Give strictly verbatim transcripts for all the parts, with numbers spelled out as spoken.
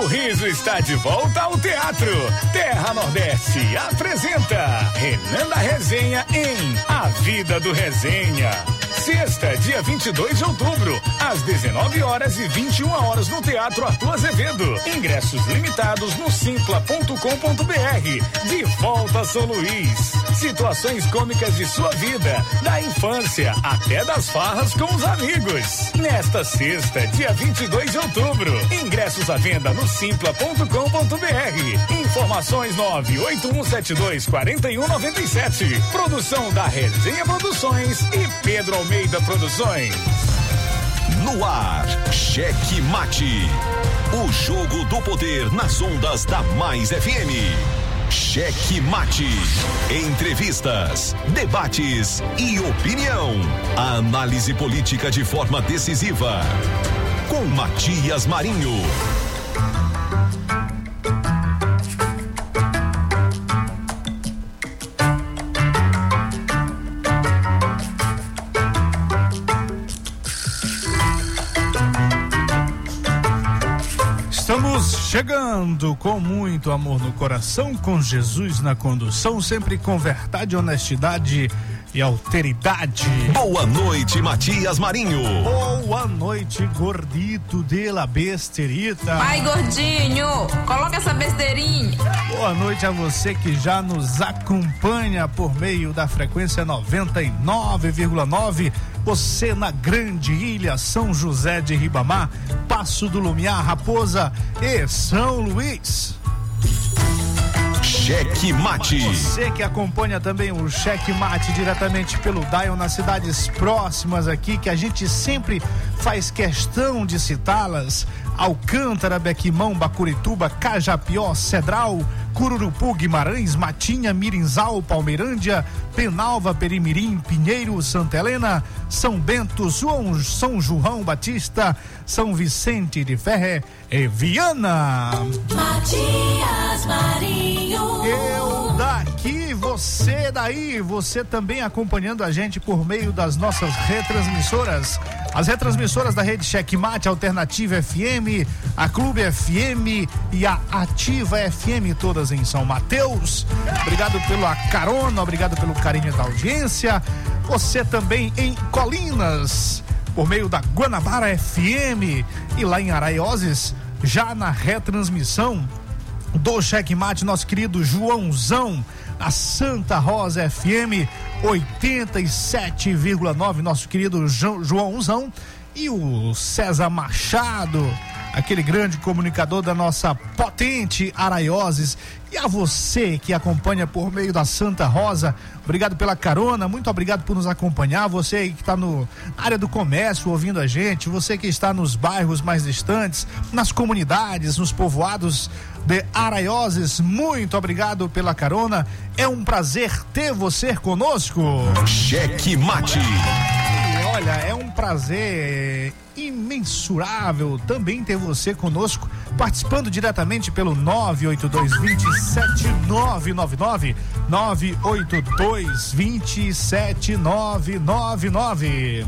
O riso está de volta ao teatro. Terra Nordeste apresenta Renan da Resenha em A Vida do Resenha. Sexta, dia vinte e dois de outubro, às dezenove horas e vinte e uma horas no Teatro Arthur Azevedo. Ingressos limitados no simpla ponto com ponto br. De volta a São Luís. Situações cômicas de sua vida, da infância até das farras com os amigos. Nesta sexta, dia vinte e dois de outubro. Ingressos à venda no simpla ponto com ponto br. Informações nove oito um sete dois quatro um nove sete. Produção da Resenha Produções e Pedro Almeida Produções. No ar, Cheque Mate. O jogo do poder nas ondas da Mais F M. Cheque Mate. Entrevistas, debates e opinião. A análise política de forma decisiva. Com Matias Marinho. Estamos chegando com muito amor no coração, com Jesus na condução, sempre com verdade, honestidade e alteridade. Boa noite, Matias Marinho. Boa noite, gordito de la besterita. Vai, gordinho, coloca essa besteirinha. Boa noite a você que já nos acompanha por meio da frequência noventa e nove vírgula nove. Você na Grande Ilha, São José de Ribamar, Passo do Lumiar, Raposa e São Luís. Cheque Mate. Você que acompanha também o Cheque Mate diretamente pelo Dial nas cidades próximas aqui, que a gente sempre faz questão de citá-las: Alcântara, Bequimão, Bacurituba, Cajapió, Cedral, Cururupu, Guimarães, Matinha, Mirinzal, Palmeirândia, Penalva, Perimirim, Pinheiro, Santa Helena, São Bento, João, São João Batista, São Vicente de Ferre e Viana. Matias Marinho. Eu daqui, você daí, você também acompanhando a gente por meio das nossas retransmissoras. As retransmissoras da rede Cheque Mate, Alternativa F M, a Clube F M e a Ativa F M, todas em São Mateus. Obrigado pela carona, obrigado pelo carinho da audiência. Você também em Colinas, por meio da Guanabara F M, e lá em Araioses, já na retransmissão do Cheque Mate, nosso querido Joãozão, a Santa Rosa F M oitenta e sete vírgula nove, nosso querido jo- Joãozão, e o César Machado, aquele grande comunicador da nossa potente Araioses. E a você que acompanha por meio da Santa Rosa, obrigado pela carona, muito obrigado por nos acompanhar. Você que está no, na área do comércio ouvindo a gente, você que está nos bairros mais distantes, nas comunidades, nos povoados de Araioses, muito obrigado pela carona. É um prazer ter você conosco. Cheque Mate. E olha, é um prazer imensurável também ter você conosco, participando diretamente pelo nove oito dois, dois sete nove nove nove, nove oito dois, dois sete nove nove nove.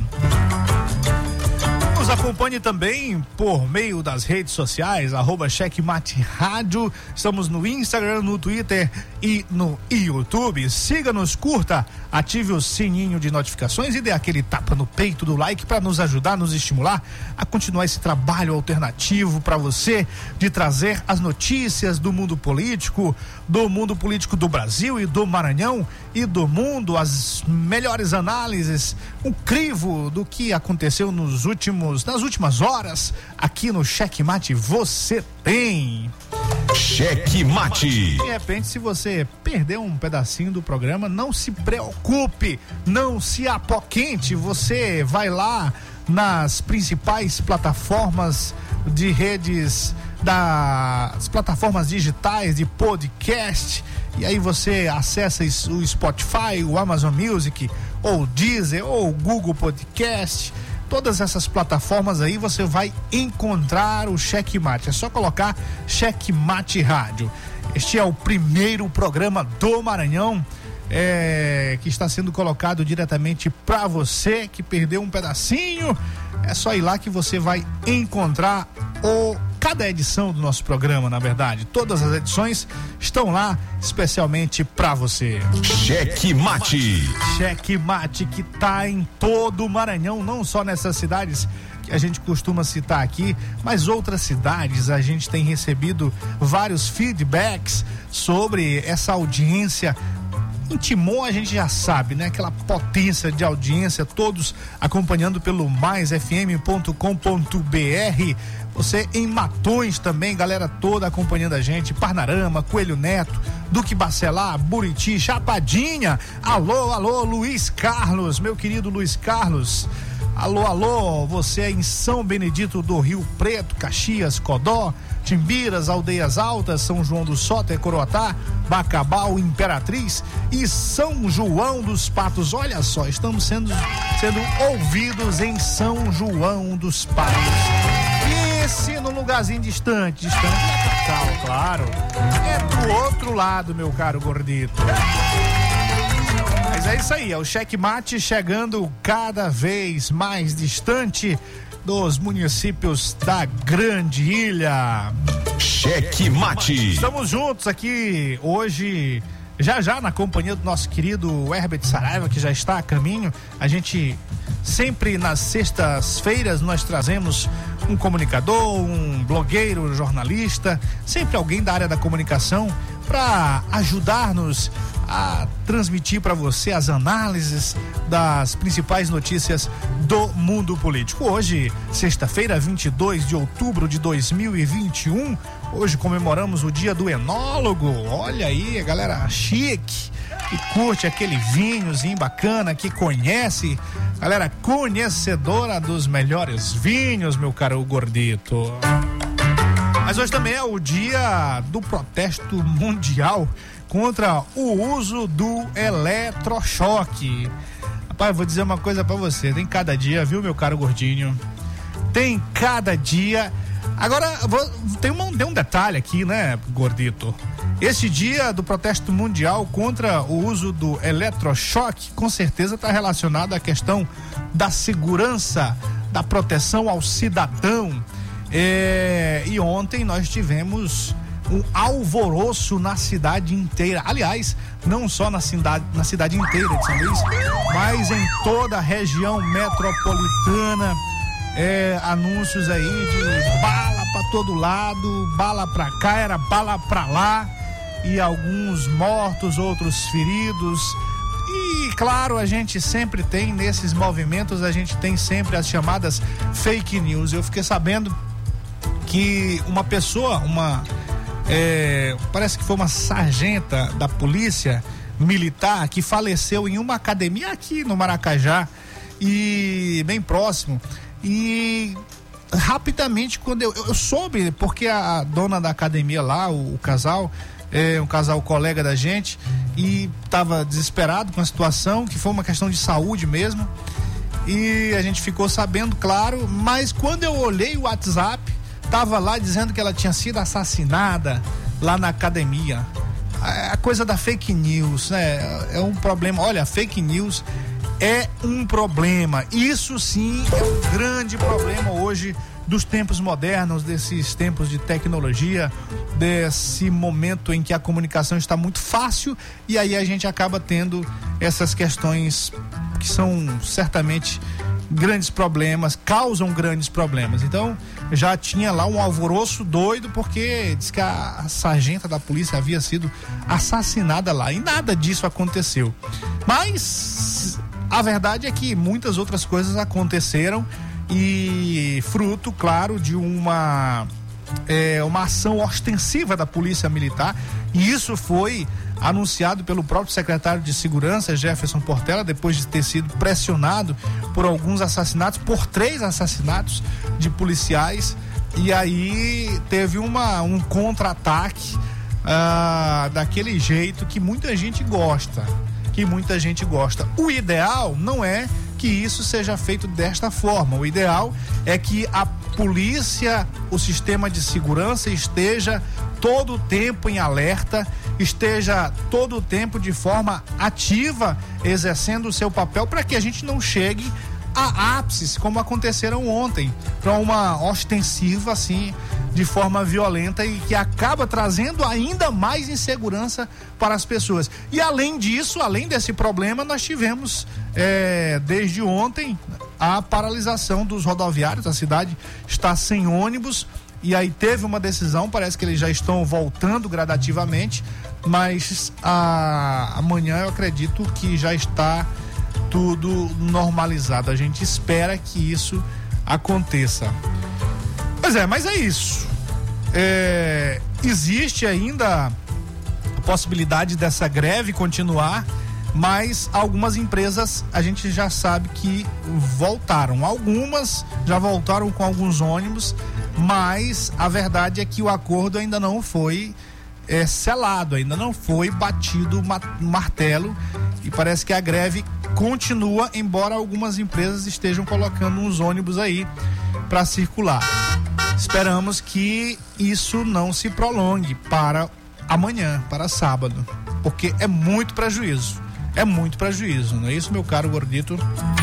Nos acompanhe também por meio das redes sociais, arroba Cheque Mate Rádio. Estamos no Instagram, no Twitter e no YouTube. Siga-nos, curta, ative o sininho de notificações e dê aquele tapa no peito do like para nos ajudar, nos estimular a continuar esse trabalho alternativo para você, de trazer as notícias do mundo político, do mundo político do Brasil e do Maranhão e do mundo, as melhores análises, um crivo do que aconteceu nos últimos nas últimas horas aqui no Cheque Mate. Você tem Cheque Mate. De repente, se você perdeu um pedacinho do programa, não se preocupe, não se apoquente. Você vai lá nas principais plataformas de redes, das plataformas digitais de podcast, e aí você acessa o Spotify, o Amazon Music, ou o Deezer, ou o Google Podcast. Todas essas plataformas aí você vai encontrar o Cheque Mate. É só colocar Cheque Mate Rádio. Este é o primeiro programa do Maranhão, é, que está sendo colocado diretamente para você que perdeu um pedacinho. É só ir lá que você vai encontrar o cada edição do nosso programa, na verdade. Todas as edições estão lá especialmente para você. Cheque Mate. Cheque Mate que tá em todo o Maranhão, não só nessas cidades que a gente costuma citar aqui, mas outras cidades. A gente tem recebido vários feedbacks sobre essa audiência. Em Timon a gente já sabe, né? Aquela potência de audiência, todos acompanhando pelo mais f m ponto com ponto b r. Você em Matões também, galera toda acompanhando a gente. Parnarama, Coelho Neto, Duque Bacelar, Buriti, Chapadinha. Alô, alô, Luiz Carlos, meu querido Luiz Carlos. Alô, alô, você é em São Benedito do Rio Preto, Caxias, Codó, Timbiras, Aldeias Altas, São João do Soter, Coroatá, Bacabal, Imperatriz e São João dos Patos. Olha só, estamos sendo, sendo ouvidos em São João dos Patos. E se num lugarzinho distante, distante da capital, claro, é do outro lado, meu caro gordito. Mas é isso aí, é o Cheque Mate chegando cada vez mais distante dos municípios da Grande Ilha. Cheque Mate. Estamos juntos aqui hoje, já já na companhia do nosso querido Herbert Saraiva, que já está a caminho. A gente sempre nas sextas-feiras nós trazemos um comunicador, um blogueiro, jornalista, sempre alguém da área da comunicação para ajudar-nos a transmitir para você as análises das principais notícias do mundo político. Hoje, sexta-feira, vinte e dois de outubro de dois mil e vinte e um, hoje comemoramos o dia do enólogo. Olha aí, a galera chique, que curte aquele vinhozinho bacana, que conhece, galera conhecedora dos melhores vinhos, meu caro gordito. Mas hoje também é o dia do protesto mundial contra o uso do eletrochoque. Rapaz, vou dizer uma coisa pra você, tem cada dia, viu, meu caro gordinho? Tem cada dia. Agora, vou, tem, uma, tem um detalhe aqui, né, gordito? Esse dia do protesto mundial contra o uso do eletrochoque, com certeza está relacionado à questão da segurança, da proteção ao cidadão. É, e ontem nós tivemos um alvoroço na cidade inteira. Aliás, não só na cidade, na cidade inteira de São Luís, mas em toda a região metropolitana. É, anúncios aí de bala pra todo lado, bala pra cá, era bala pra lá, e alguns mortos, outros feridos. E claro, a gente sempre tem nesses movimentos, a gente tem sempre as chamadas fake news. Eu fiquei sabendo que uma pessoa, uma é, parece que foi uma sargenta da polícia militar que faleceu em uma academia aqui no Maracajá, e bem próximo. E rapidamente, quando eu, eu soube, porque a dona da academia lá, o, o casal, é um casal colega da gente, e estava desesperado com a situação, que foi uma questão de saúde mesmo, e a gente ficou sabendo, claro, mas quando eu olhei o WhatsApp, tava lá dizendo que ela tinha sido assassinada lá na academia. A, a coisa da fake news, né? É um problema. Olha, fake news é um problema. Isso sim é um grande problema hoje dos tempos modernos, desses tempos de tecnologia, desse momento em que a comunicação está muito fácil, e aí a gente acaba tendo essas questões que são certamente grandes problemas, causam grandes problemas. Então, já tinha lá um alvoroço doido, porque diz que a, a sargenta da polícia havia sido assassinada lá, e nada disso aconteceu. Mas a verdade é que muitas outras coisas aconteceram, e fruto, claro, de uma é, uma ação ostensiva da polícia militar, e isso foi anunciado pelo próprio secretário de Segurança, Jefferson Portela, depois de ter sido pressionado por alguns assassinatos, por três assassinatos de policiais, e aí teve uma, um contra-ataque ah, daquele jeito que muita gente gosta, que muita gente gosta. O ideal não é que isso seja feito desta forma. O ideal é que a polícia, o sistema de segurança esteja todo o tempo em alerta, esteja todo o tempo de forma ativa, exercendo o seu papel, para que a gente não chegue a ápices como aconteceram ontem, para uma ostensiva assim de forma violenta e que acaba trazendo ainda mais insegurança para as pessoas. E além disso, além desse problema, nós tivemos é, desde ontem a paralisação dos rodoviários. A cidade está sem ônibus e aí teve uma decisão, parece que eles já estão voltando gradativamente, mas a, amanhã eu acredito que já está tudo normalizado. A gente espera que isso aconteça. Pois é, mas é isso. É, existe ainda a possibilidade dessa greve continuar, mas algumas empresas a gente já sabe que voltaram. Algumas já voltaram com alguns ônibus, mas a verdade é que o acordo ainda não foi é, selado, ainda não foi batido o martelo e parece que a greve continua, embora algumas empresas estejam colocando uns ônibus aí para circular. Esperamos que isso não se prolongue para amanhã, para sábado, porque é muito prejuízo, é muito prejuízo, não é isso, meu caro gordito?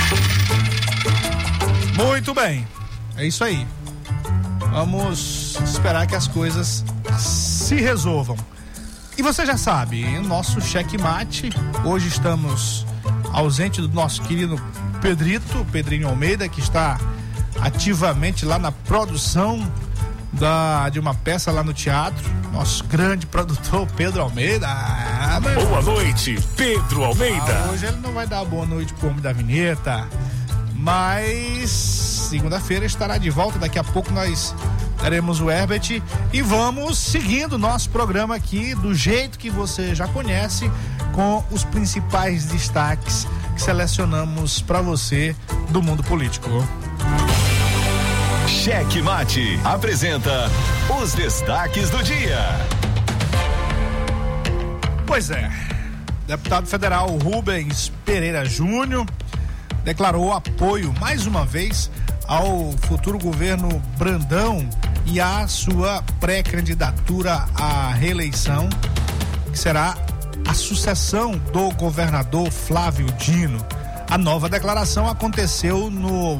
Muito bem, é isso aí. Vamos esperar que as coisas se resolvam. E você já sabe, o nosso checkmate, hoje estamos ausente do nosso querido Pedrito, Pedrinho Almeida, que está ativamente lá na produção da, de uma peça lá no teatro. Nosso grande produtor Pedro Almeida. Ah, boa noite, Pedro Almeida. Ah, hoje ele não vai dar boa noite pro homem da vinheta, mas segunda-feira estará de volta. Daqui a pouco nós teremos o Herbert e vamos seguindo nosso programa aqui do jeito que você já conhece, com os principais destaques que selecionamos para você do mundo político. Cheque Mate apresenta os destaques do dia. Pois é, deputado federal Rubens Pereira Júnior declarou apoio mais uma vez ao futuro governo Brandão e à sua pré-candidatura à reeleição, que será a sucessão do governador Flávio Dino. A nova declaração aconteceu no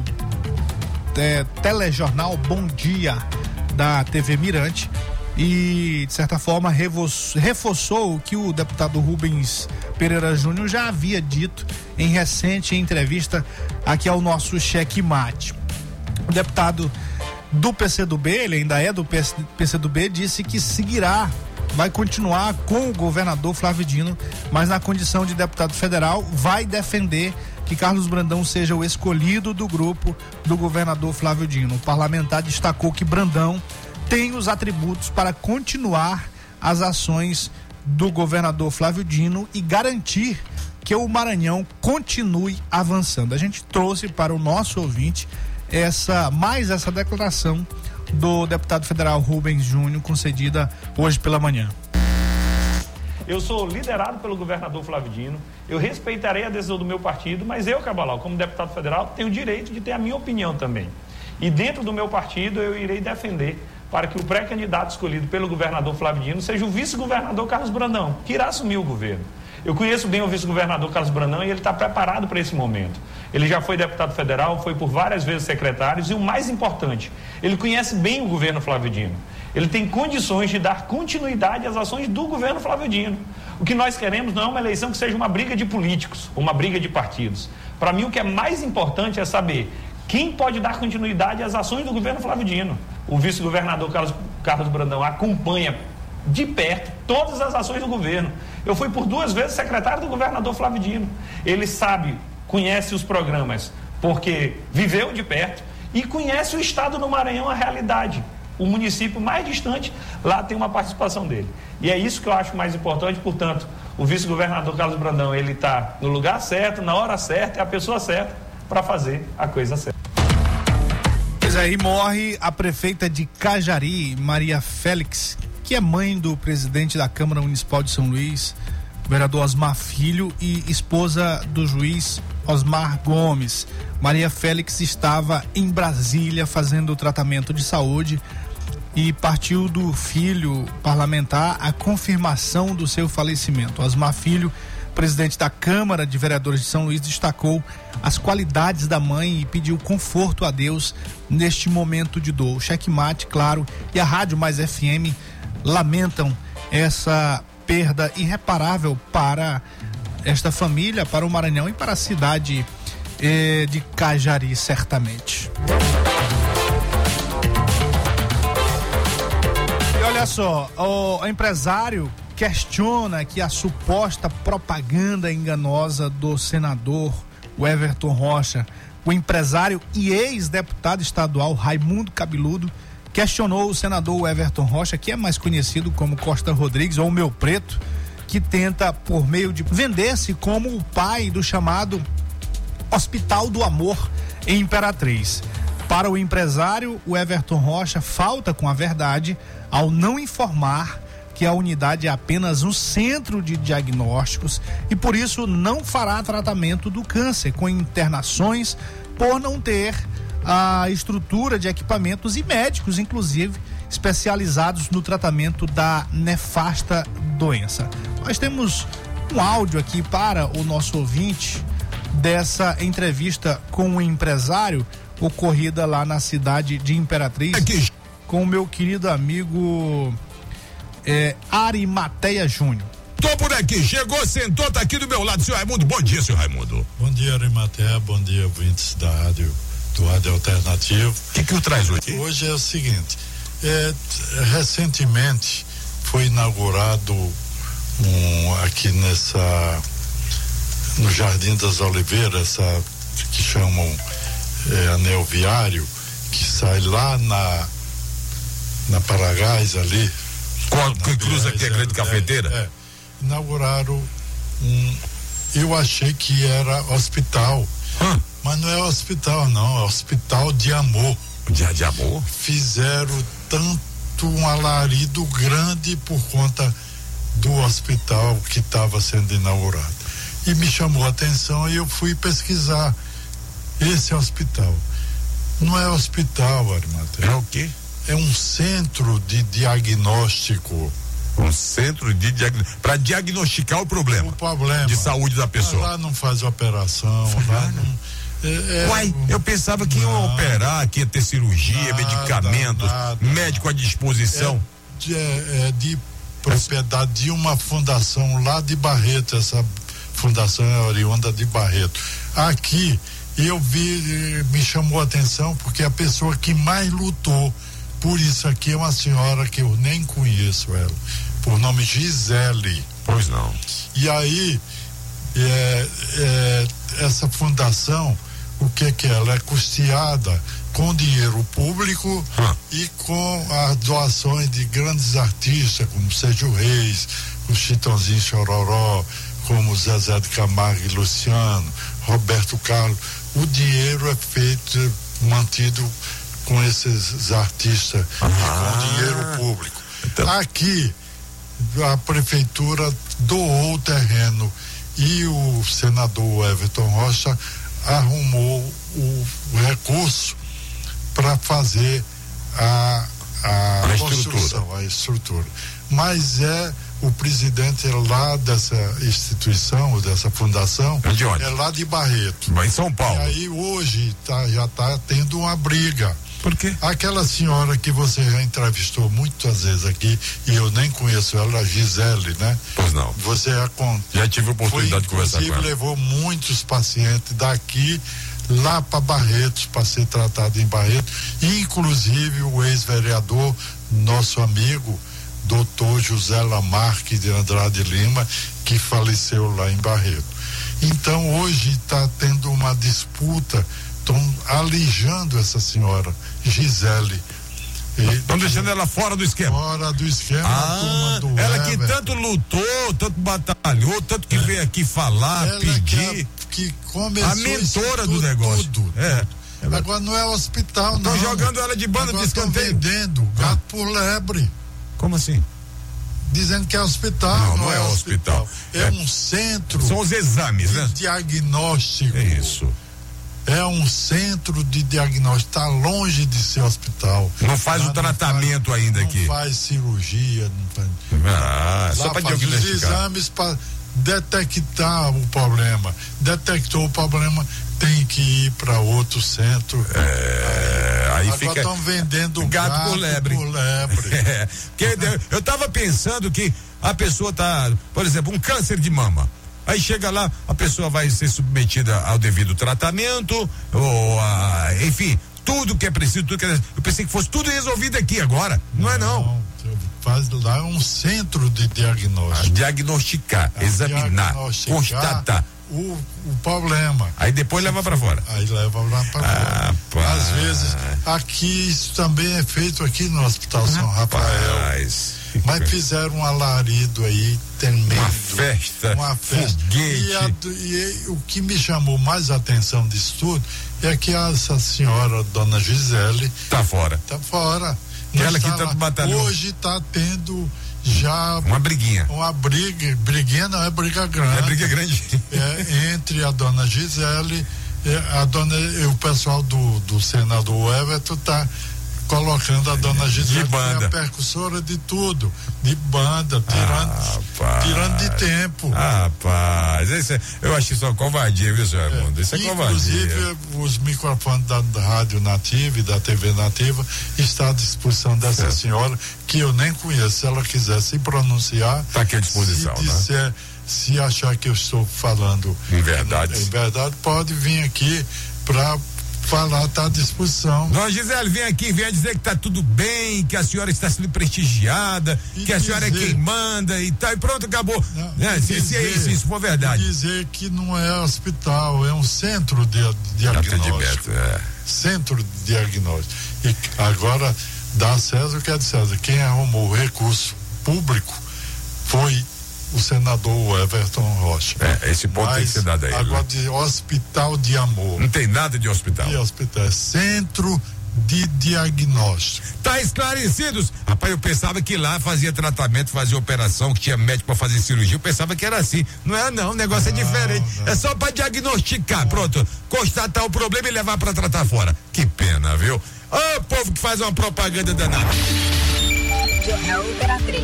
é, telejornal Bom Dia da T V Mirante e, de certa forma, reforçou o que o deputado Rubens Pereira Júnior já havia dito em recente entrevista aqui ao nosso Cheque Mate. O deputado do P C do B, ele ainda é do P C do B, disse que seguirá, vai continuar com o governador Flávio Dino, mas na condição de deputado federal vai defender que Carlos Brandão seja o escolhido do grupo do governador Flávio Dino. O parlamentar destacou que Brandão tem os atributos para continuar as ações do governador Flávio Dino e garantir que o Maranhão continue avançando. A gente trouxe para o nosso ouvinte essa, mais essa declaração do deputado federal Rubens Júnior, concedida hoje pela manhã. Eu sou liderado pelo governador Flávio Dino, eu respeitarei a decisão do meu partido, mas eu, Cabral, como deputado federal, tenho o direito de ter a minha opinião também. E dentro do meu partido eu irei defender para que o pré-candidato escolhido pelo governador Flávio Dino seja o vice-governador Carlos Brandão, que irá assumir o governo. Eu conheço bem o vice-governador Carlos Brandão e ele está preparado para esse momento. Ele já foi deputado federal, foi por várias vezes secretário e o mais importante, ele conhece bem o governo Flávio Dino. Ele tem condições de dar continuidade às ações do governo Flávio Dino. O que nós queremos não é uma eleição que seja uma briga de políticos, uma briga de partidos. Para mim, o que é mais importante é saber quem pode dar continuidade às ações do governo Flávio Dino. O vice-governador Carlos, Carlos Brandão acompanha de perto todas as ações do governo. Eu fui por duas vezes secretário do governador Flávio Dino. Ele sabe, conhece os programas, porque viveu de perto e conhece o estado do Maranhão, a realidade. O município mais distante, lá tem uma participação dele. E é isso que eu acho mais importante. Portanto, o vice-governador Carlos Brandão, ele está no lugar certo, na hora certa, é a pessoa certa para fazer a coisa certa. Pois é, e morre a prefeita de Cajari, Maria Félix, que é mãe do presidente da Câmara Municipal de São Luís, vereador Osmar Filho, e esposa do juiz Osmar Gomes. Maria Félix estava em Brasília fazendo o tratamento de saúde e partiu do filho parlamentar a confirmação do seu falecimento. Osmar Filho presidente da Câmara de Vereadores de São Luís destacou as qualidades da mãe e pediu conforto a Deus neste momento de dor. O Checkmate, claro, e a Rádio Mais F M lamentam essa perda irreparável para esta família, para o Maranhão e para a cidade eh, de Cajari, certamente. E olha só, o empresário questiona que a suposta propaganda enganosa do senador Everton Rocha, o empresário e ex-deputado estadual Raimundo Cabeludo, questionou o senador Everton Rocha, que é mais conhecido como Costa Rodrigues ou Meu Preto, que tenta, por meio de vender-se como o pai do chamado Hospital do Amor em Imperatriz. Para o empresário, o Everton Rocha falta com a verdade ao não informar que a unidade é apenas um centro de diagnósticos e por isso não fará tratamento do câncer com internações por não ter a estrutura de equipamentos e médicos, inclusive, especializados no tratamento da nefasta doença. Nós temos um áudio aqui para o nosso ouvinte dessa entrevista com o empresário ocorrida lá na cidade de Imperatriz aqui, com o meu querido amigo É, Arimateia Júnior. Tô por aqui, chegou, sentou, tá aqui do meu lado, senhor Raimundo. Bom dia, senhor Raimundo. Bom dia, Arimateia, bom dia, ouvintes da rádio, do Rádio Alternativo. O que que eu traz hoje? Hoje é o seguinte, é, recentemente foi inaugurado um, aqui nessa, no Jardim das Oliveiras, essa que chamam é, anel viário, que sai lá na, na Paragás ali, Qual, que cruza aqui a grande é, cafeteira? É, inauguraram um. Eu achei que era hospital, hum. mas não é hospital, não, é hospital de amor. De, de amor? Fizeram tanto um alarido grande por conta do hospital que estava sendo inaugurado. E me chamou a atenção e eu fui pesquisar esse hospital. Não é hospital, Arimateia. É o quê? É um centro de diagnóstico. Um centro de diagnóstico. Para diagnosticar o problema. O problema. De saúde da pessoa. Mas lá não faz operação. Lá não, é, é, Uai, eu pensava que iam operar, que ia ter cirurgia, nada, medicamentos, nada, médico à disposição. É de, é, é de propriedade de uma fundação lá de Barreto. Essa fundação é oriunda de Barreto. Aqui eu vi, me chamou a atenção porque a pessoa que mais lutou por isso aqui é uma senhora que eu nem conheço ela, por nome Gisele. Pois não. E aí é, é, essa fundação, o que que ela é custeada com dinheiro público ah. e com as doações de grandes artistas como Sérgio Reis, o Chitãozinho Chororó, como Zezé de Camargo e Luciano, Roberto Carlos. O dinheiro é feito, mantido com esses artistas ah, e com dinheiro público. Então. Aqui, a prefeitura doou o terreno e o senador Everton Rocha arrumou o, o recurso para fazer a, a, a construção, estrutura. a estrutura. Mas é o presidente lá dessa instituição, dessa fundação, de onde? É lá de Barreto. Mas em São Paulo. E aí hoje tá, já está tendo uma briga. Por quê? Aquela senhora que você já entrevistou muitas vezes aqui, e eu nem conheço ela, a Gisele, né? Pois não. Você já, con... já tive a oportunidade foi, de conversar com ela. Levou muitos pacientes daqui lá para Barretos, para ser tratado em Barretos, inclusive o ex-vereador, nosso amigo, doutor José Lamarque de Andrade Lima, que faleceu lá em Barreto. Então hoje está tendo uma disputa, estão alijando essa senhora, Gisele. Estão deixando ela fora do esquema. Fora do esquema. Ah, do ela que Everton. Tanto lutou, tanto batalhou, tanto que é. veio aqui falar, ela pedir. Que, que começou a mentora do negócio. Tudo. É. Agora não é hospital, não. Estão jogando ela de banda de escanteio. Vendendo gato ah. por lebre. Como assim? Dizendo que é hospital. Não, não, não é, é hospital. hospital. É, é um centro. São os exames, de né? Diagnóstico. É isso. É um centro de diagnóstico, está longe de ser hospital. Não faz lá o tratamento faz, ainda não aqui. Não faz cirurgia, não faz. Ah, só para diagnosticar. Os exames para detectar o problema. Detectou o problema, tem que ir para outro centro. É, aí agora fica estão vendendo gato, gato por lebre. Por lebre. É, porque eu, eu tava pensando que a pessoa tá, por exemplo, um câncer de mama. Aí chega lá, a pessoa vai ser submetida ao devido tratamento, ou a, enfim, tudo que é preciso, tudo que é, eu pensei que fosse tudo resolvido aqui agora. Não, não é não. Faz lá um centro de diagnóstico. A diagnosticar, a examinar, diagnosticar constatar. O, o problema. Aí depois leva para fora. Aí leva lá para ah, fora. Às vezes, aqui, isso também é feito aqui no Hospital São Rafael. Rapaz. Mas fizeram um alarido aí tremendo. Uma festa. Uma festa. Foguete. E, a, e o que me chamou mais a atenção disso tudo é que essa senhora, dona Gisele. Tá fora. Tá fora. Ela que tanto batalhou. Hoje tá tendo já uma briguinha. Uma briga, briguinha não é briga grande. É briga grande. É, entre a dona Gisele e a dona e o pessoal do, do senador Everton tá colocando a dona Gisele, que é a percussora de tudo, de banda, tirando, ah, tirando de tempo. Ah, rapaz, esse é, eu acho isso uma covardia, viu, senhor Raimundo? Isso é inclusive, covardia. Os microfones da, da Rádio Nativa e da T V Nativa estão à disposição dessa é. senhora, que eu nem conheço. Se ela quiser se pronunciar, está aqui à disposição, se disser, né? Se achar que eu estou falando em verdade, em verdade, pode vir aqui para falar, está à disposição. Dona Gisele, vem aqui, venha dizer que está tudo bem, que a senhora está sendo prestigiada, e que a dizer, senhora é quem manda e tal, e pronto, acabou. Não, né? se, dizer, se é isso, isso for verdade. Dizer que não é hospital, é um centro de, de diagnóstico. É. Centro de diagnóstico. E agora, dá a César o que é de César. Quem arrumou o recurso público foi o senador Everton Rocha. É, esse ponto Mas, tem que ser dado a ele. Agora, de hospital de amor. Não tem nada de hospital. De hospital, é centro de diagnóstico. Tá esclarecidos? Rapaz, eu pensava que lá fazia tratamento, fazia operação, que tinha médico pra fazer cirurgia, eu pensava que era assim. Não é não, o negócio não, é diferente. Não. É só pra diagnosticar, não. Pronto, constatar o problema e levar pra tratar fora. Que pena, viu? Ô, oh, povo que faz uma propaganda danada. Jornal Imperatriz.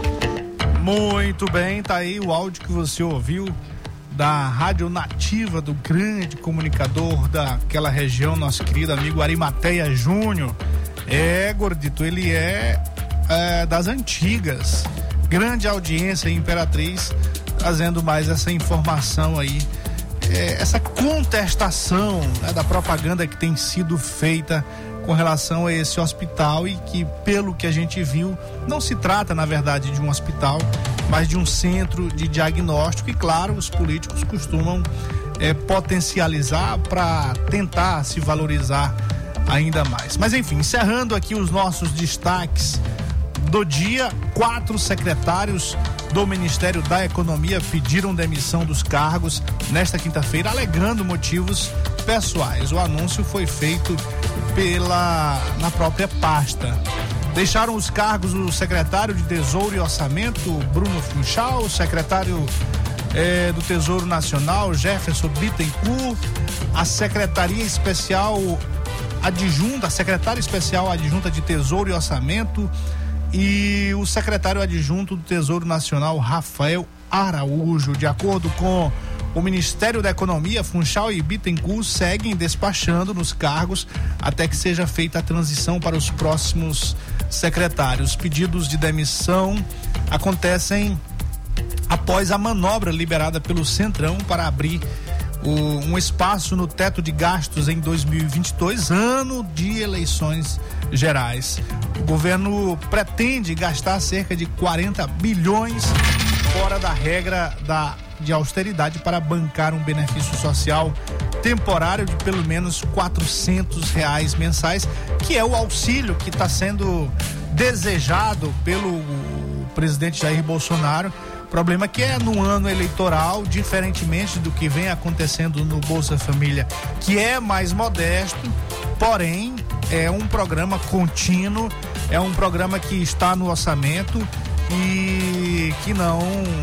Muito bem, tá aí o áudio que você ouviu da Rádio Nativa, do grande comunicador daquela região, nosso querido amigo Arimateia Júnior. É, gordito, ele é, é das antigas, grande audiência em Imperatriz, trazendo mais essa informação aí, é, essa contestação, né, da propaganda que tem sido feita com relação a esse hospital e que, pelo que a gente viu, não se trata, na verdade, de um hospital, mas de um centro de diagnóstico. E, claro, os políticos costumam é, potencializar para tentar se valorizar ainda mais. Mas, enfim, encerrando aqui os nossos destaques do dia, quatro secretários do Ministério da Economia pediram demissão dos cargos nesta quinta-feira, alegando motivos pessoais. O anúncio foi feito pela na própria pasta. Deixaram os cargos o secretário de Tesouro e Orçamento, Bruno Funchal, o secretário eh, do Tesouro Nacional, Jefferson Bittencourt, a secretaria especial adjunta, a secretária especial adjunta de Tesouro e Orçamento e o secretário adjunto do Tesouro Nacional, Rafael Araújo. De acordo com o Ministério da Economia, Funchal e Bittencourt seguem despachando nos cargos até que seja feita a transição para os próximos secretários. Pedidos de demissão acontecem após a manobra liberada pelo Centrão para abrir o, um espaço no teto de gastos em dois mil e vinte e dois, ano de eleições gerais. O governo pretende gastar cerca de quarenta bilhões fora da regra da de austeridade para bancar um benefício social temporário de pelo menos quatrocentos reais mensais, que é o auxílio que está sendo desejado pelo presidente Jair Bolsonaro. O problema é que é no ano eleitoral, diferentemente do que vem acontecendo no Bolsa Família, que é mais modesto, porém é um programa contínuo, é um programa que está no orçamento e que não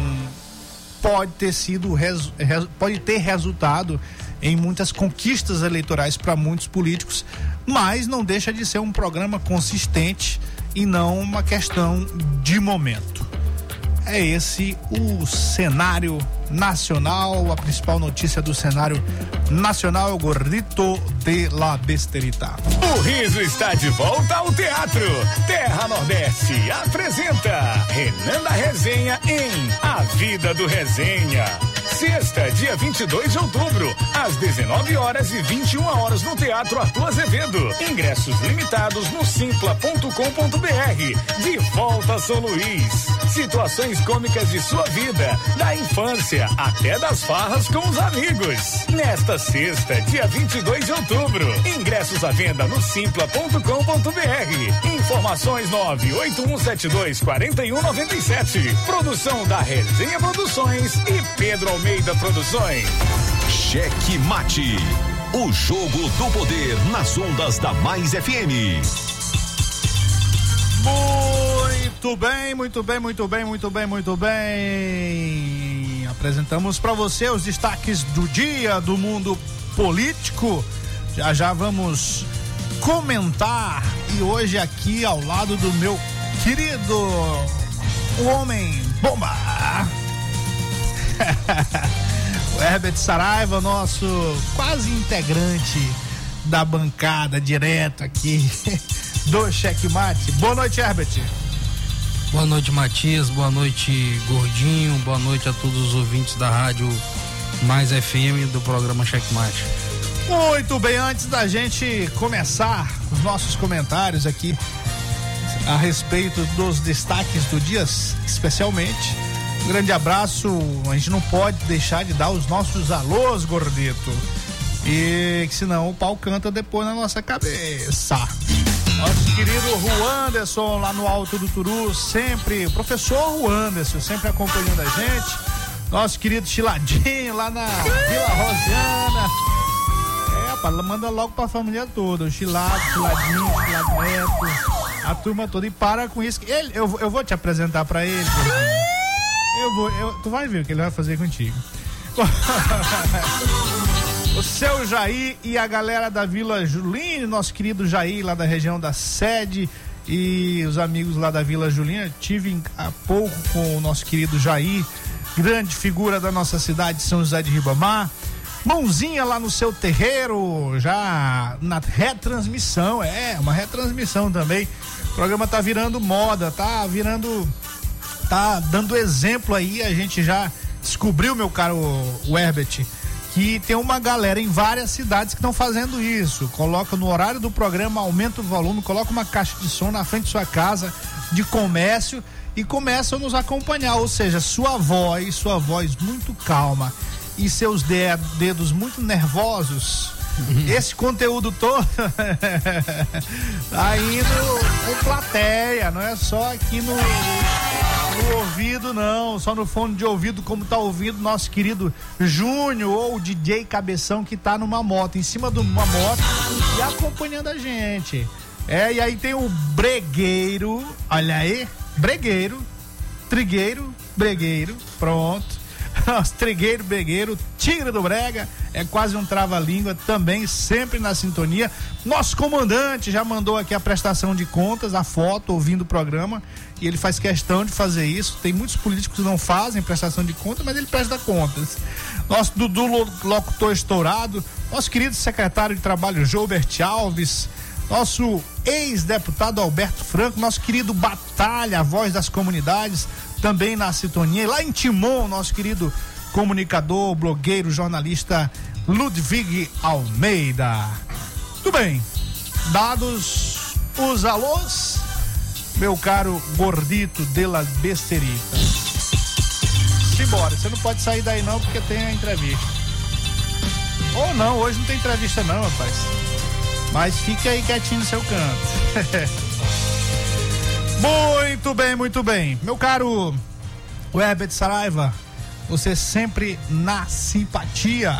pode ter sido pode ter resultado em muitas conquistas eleitorais para muitos políticos, mas não deixa de ser um programa consistente e não uma questão de momento. É esse o cenário nacional. A principal notícia do cenário nacional é o Gordito de la Besterita. O riso está de volta ao teatro. Terra Nordeste apresenta Renan da Resenha em A Vida do Resenha. Sexta, dia vinte e dois de outubro, às dezenove horas e vinte e uma horas no Teatro Arthur Azevedo. Ingressos limitados no simpla ponto com ponto br. De volta a São Luís. Situações cômicas de sua vida, da infância até das farras com os amigos. Nesta sexta, dia vinte e dois de outubro. Ingressos à venda no simpla ponto com ponto br. Informações nove oito um sete dois quatro um nove sete. Produção da Resenha Produções e Pedro Almeida Produções. Cheque Mate. O jogo do poder nas ondas da Mais F M. Muito bem, muito bem, muito bem, muito bem, muito bem. Apresentamos para você os destaques do dia do mundo político. Já já vamos comentar, e hoje aqui ao lado do meu querido o homem bomba, o Herbert Saraiva, nosso quase integrante da bancada direto aqui do Cheque Mate. Boa noite, Herbert. Boa noite, Matias. Boa noite, Gordinho. Boa noite a todos os ouvintes da rádio Mais F M do programa Cheque Mate. Muito bem, antes da gente começar os nossos comentários aqui a respeito dos destaques do dia, especialmente, um grande abraço. A gente não pode deixar de dar os nossos alôs, Gordito, e que senão o pau canta depois na nossa cabeça. Nosso querido Juanderson lá no Alto do Turu, sempre, o professor Juanderson, sempre acompanhando a gente. Nosso querido Chiladinho lá na Vila Rosiana. É, rapaz, manda logo pra família toda, o Chilado, Chiladinho, Chilado Neto, a turma toda. E para com isso. Ele, eu, eu vou te apresentar pra ele. Eu vou, eu, tu vai ver o que ele vai fazer contigo. O seu Jair e a galera da Vila Julina, nosso querido Jair lá da região da sede e os amigos lá da Vila Julina. Tive há pouco com o nosso querido Jair, grande figura da nossa cidade de São José de Ribamar. Mãozinha lá no seu terreiro, já na retransmissão, é, uma retransmissão também. O programa tá virando moda, tá virando, tá dando exemplo aí. A gente já descobriu, meu caro o Herbert, que tem uma galera em várias cidades que estão fazendo isso. Coloca no horário do programa, aumenta o volume, coloca uma caixa de som na frente de sua casa, de comércio, e começam a nos acompanhar. Ou seja, sua voz, sua voz muito calma e seus dedos muito nervosos, esse conteúdo todo tá indo com plateia, não é só aqui no, no ouvido, não, só no fone de ouvido, como tá ouvindo nosso querido Júnior ou o D J Cabeção, que tá numa moto, em cima de uma moto e acompanhando a gente. É, e aí tem o Bregueiro, olha aí, Bregueiro, Trigueiro, Bregueiro, pronto. Nosso Trigueiro, Bregueiro, Tigre do Brega, é quase um trava-língua, também sempre na sintonia. Nosso comandante já mandou aqui a prestação de contas, a foto, ouvindo o programa, e ele faz questão de fazer isso. Tem muitos políticos que não fazem prestação de contas, mas ele presta contas. Nosso Dudu Locutor Estourado, nosso querido secretário de Trabalho Joubert Alves, nosso ex-deputado Alberto Franco, nosso querido Batalha, a voz das comunidades, também na sintonia. Lá em Timon, nosso querido comunicador, blogueiro, jornalista Ludwig Almeida. Tudo bem, dados os alôs, meu caro Gordito de la Besterita. Simbora, você não pode sair daí não, porque tem a entrevista. Ou não, hoje não tem entrevista não, rapaz. Mas fica aí quietinho no seu canto. Muito bem, muito bem. Meu caro o Herbert Saraiva, você sempre na simpatia,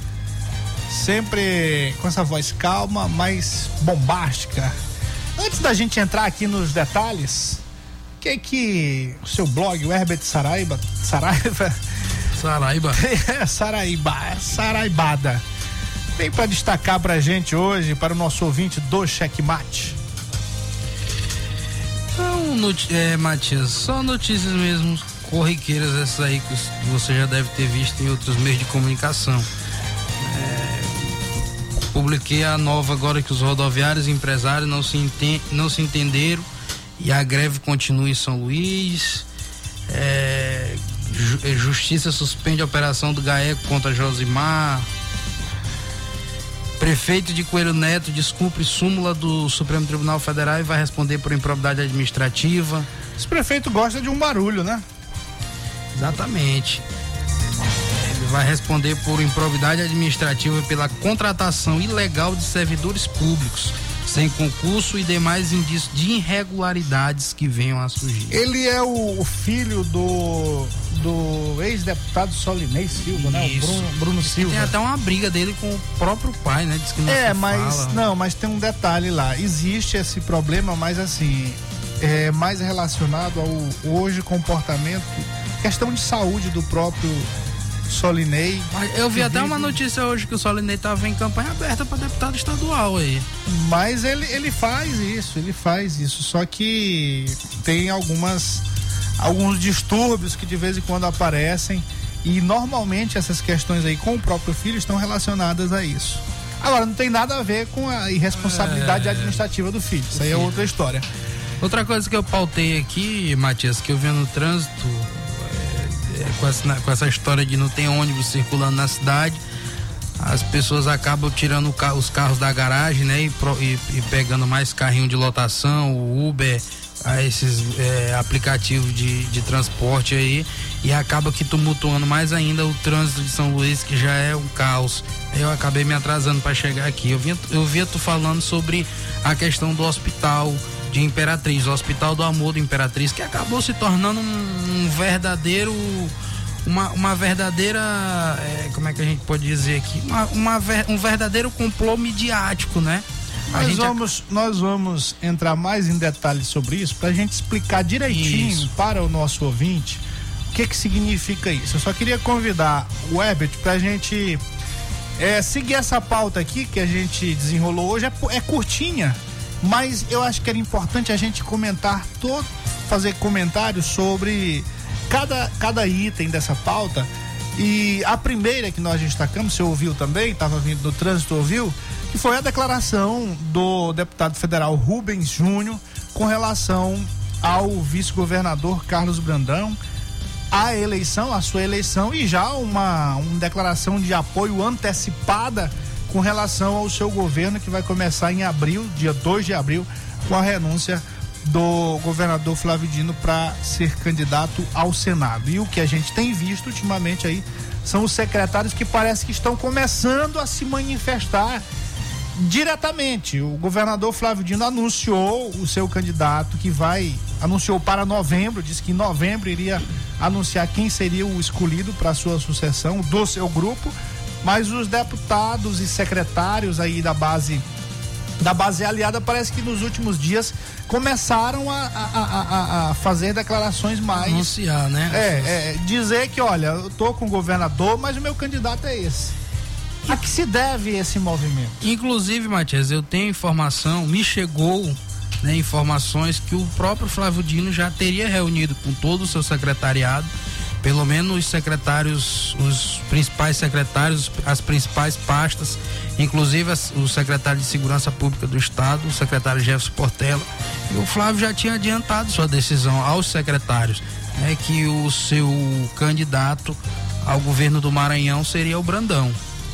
sempre com essa voz calma, mas bombástica. Antes da gente entrar aqui nos detalhes, o que que o seu blog, o Herbert Saraiva, Saraiva, Saraiva, é, Saraiba, Saraibada, tem para destacar pra gente hoje, para o nosso ouvinte do Checkmate? Não, not- é, Matias, só notícias mesmo corriqueiras essas aí que você já deve ter visto em outros meios de comunicação. É, publiquei a nova agora que os rodoviários e empresários não se, enten, não se entenderam e a greve continua em São Luís. É, Justiça suspende a operação do GAECO contra Josimar. Prefeito de Coelho Neto descumpre súmula do Supremo Tribunal Federal e vai responder por improbidade administrativa. Esse prefeito gosta de um barulho, né? Exatamente. Ele vai responder por improbidade administrativa pela contratação ilegal de servidores públicos, sem concurso e demais indícios de irregularidades que venham a surgir. Ele é o, o filho do, do ex-deputado Solinei Silva, né? O Bruno, Bruno Silva. Tem até uma briga dele com o próprio pai, né? Diz que não é, se mas fala. não, mas tem um detalhe lá. Existe esse problema, mas assim, é mais relacionado ao hoje comportamento, questão de saúde do próprio Solinei. Eu vi até uma notícia hoje que o Solinei estava em campanha aberta para deputado estadual aí. Mas ele, ele faz isso, ele faz isso. Só que tem algumas alguns distúrbios que de vez em quando aparecem e normalmente essas questões aí com o próprio filho estão relacionadas a isso. Agora, não tem nada a ver com a irresponsabilidade é... administrativa do filho. Isso aí é outra história. Outra coisa que eu pautei aqui, Matias, que eu vi no trânsito, é, com, essa, com essa história de não ter ônibus circulando na cidade, as pessoas acabam tirando os carros da garagem, né? E, e, e pegando mais carrinho de lotação, o Uber, a esses é, aplicativos de, de transporte aí, e acaba que tumultuando mais ainda o trânsito de São Luís, que já é um caos. Eu acabei me atrasando para chegar aqui. Eu via, eu via tu falando sobre a questão do hospital de Imperatriz, o Hospital do Amor do Imperatriz, que acabou se tornando um, um verdadeiro, uma, uma verdadeira, é, como é que a gente pode dizer aqui, uma, uma, um verdadeiro complô midiático, né? A nós, gente vamos, ac... nós vamos entrar mais em detalhes sobre isso para a gente explicar direitinho isso para o nosso ouvinte o que que significa isso. Eu só queria convidar o Herbert para a gente é, seguir essa pauta aqui que a gente desenrolou hoje. É, é curtinha, mas eu acho que era importante a gente comentar, todo, fazer comentários sobre cada, cada item dessa pauta. E a primeira que nós destacamos, você ouviu também, estava vindo do trânsito, ouviu, que foi a declaração do deputado federal Rubens Júnior com relação ao vice-governador Carlos Brandão, a eleição, a sua eleição, e já uma, uma declaração de apoio antecipada com relação ao seu governo, que vai começar em abril, dia dois de abril, com a renúncia do governador Flávio Dino para ser candidato ao Senado. E o que a gente tem visto ultimamente aí são os secretários que parece que estão começando a se manifestar diretamente. O governador Flávio Dino anunciou o seu candidato, que vai, anunciou para novembro, disse que em novembro iria anunciar quem seria o escolhido para a sua sucessão do seu grupo, mas os deputados e secretários aí da base da base aliada parece que nos últimos dias começaram a, a, a, a fazer declarações mais anunciar, né? É, é, dizer que, olha, eu tô com o governador, mas o meu candidato é esse. A que se deve esse movimento? Inclusive, Matias, eu tenho informação, me chegou, né, informações que o próprio Flávio Dino já teria reunido com todo o seu secretariado, pelo menos os secretários, os principais secretários, as principais pastas, inclusive o secretário de Segurança Pública do Estado, o secretário Jefferson Portela, e o Flávio já tinha adiantado sua decisão aos secretários, né, que o seu candidato ao governo do Maranhão seria o Brandão.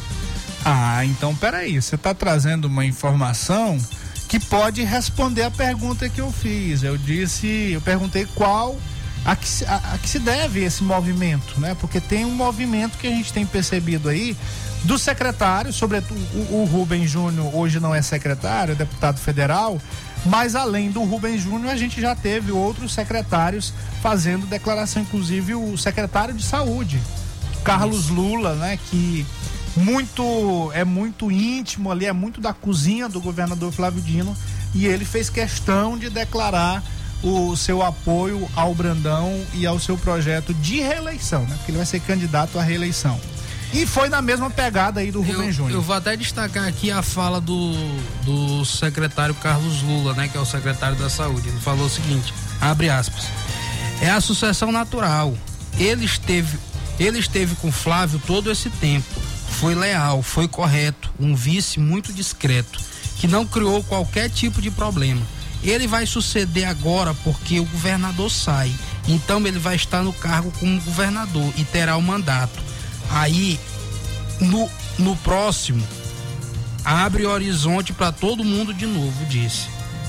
Ah, então peraí, você está trazendo uma informação que pode responder a pergunta que eu fiz. Eu disse, eu perguntei qual a que, a, a que se deve esse movimento, né? Porque tem um movimento que a gente tem percebido aí do secretário, sobretudo o, o Rubens Júnior hoje não é secretário, é deputado federal, mas além do Rubens Júnior a gente já teve outros secretários fazendo declaração, inclusive o secretário de Saúde, Carlos Lula, né? Que muito é muito íntimo ali, é muito da cozinha do governador Flávio Dino, e ele fez questão de declarar o seu apoio ao Brandão e ao seu projeto de reeleição, né? Porque ele vai ser candidato à reeleição. E foi na mesma pegada aí do Rubens Júnior. Eu vou até destacar aqui a fala do, do secretário Carlos Lula, né? Que é o secretário da Saúde. Ele falou o seguinte, abre aspas, É a sucessão natural. Ele esteve, ele esteve com Flávio todo esse tempo. Foi leal, foi correto, um vice muito discreto, que não criou qualquer tipo de problema. Ele vai suceder agora porque o governador sai. Então ele vai estar no cargo como governador e terá o mandato. Aí, no, no próximo, abre horizonte para todo mundo de novo, disse.